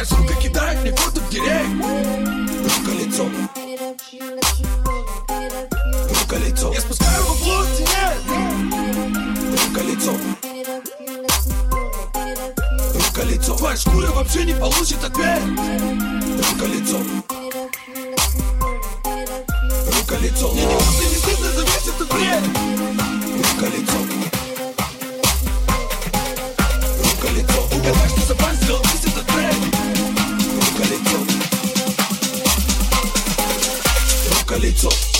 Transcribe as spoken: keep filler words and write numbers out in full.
Сука кидает мне фото в директ. Рука-лицо. Рука-лицо. Я спускаю бабло в цене. Рука-лицо. Рука-лицо. Твоя шкура вообще не получит ответ. Рука-лицо. Рука-лицо. Мне никак не стыдно за весь этот бред. Рука-лицо. Рука-лицо. Угадай, что за бан сделал весь этот трек. Рука-лицо. Рука-лицо.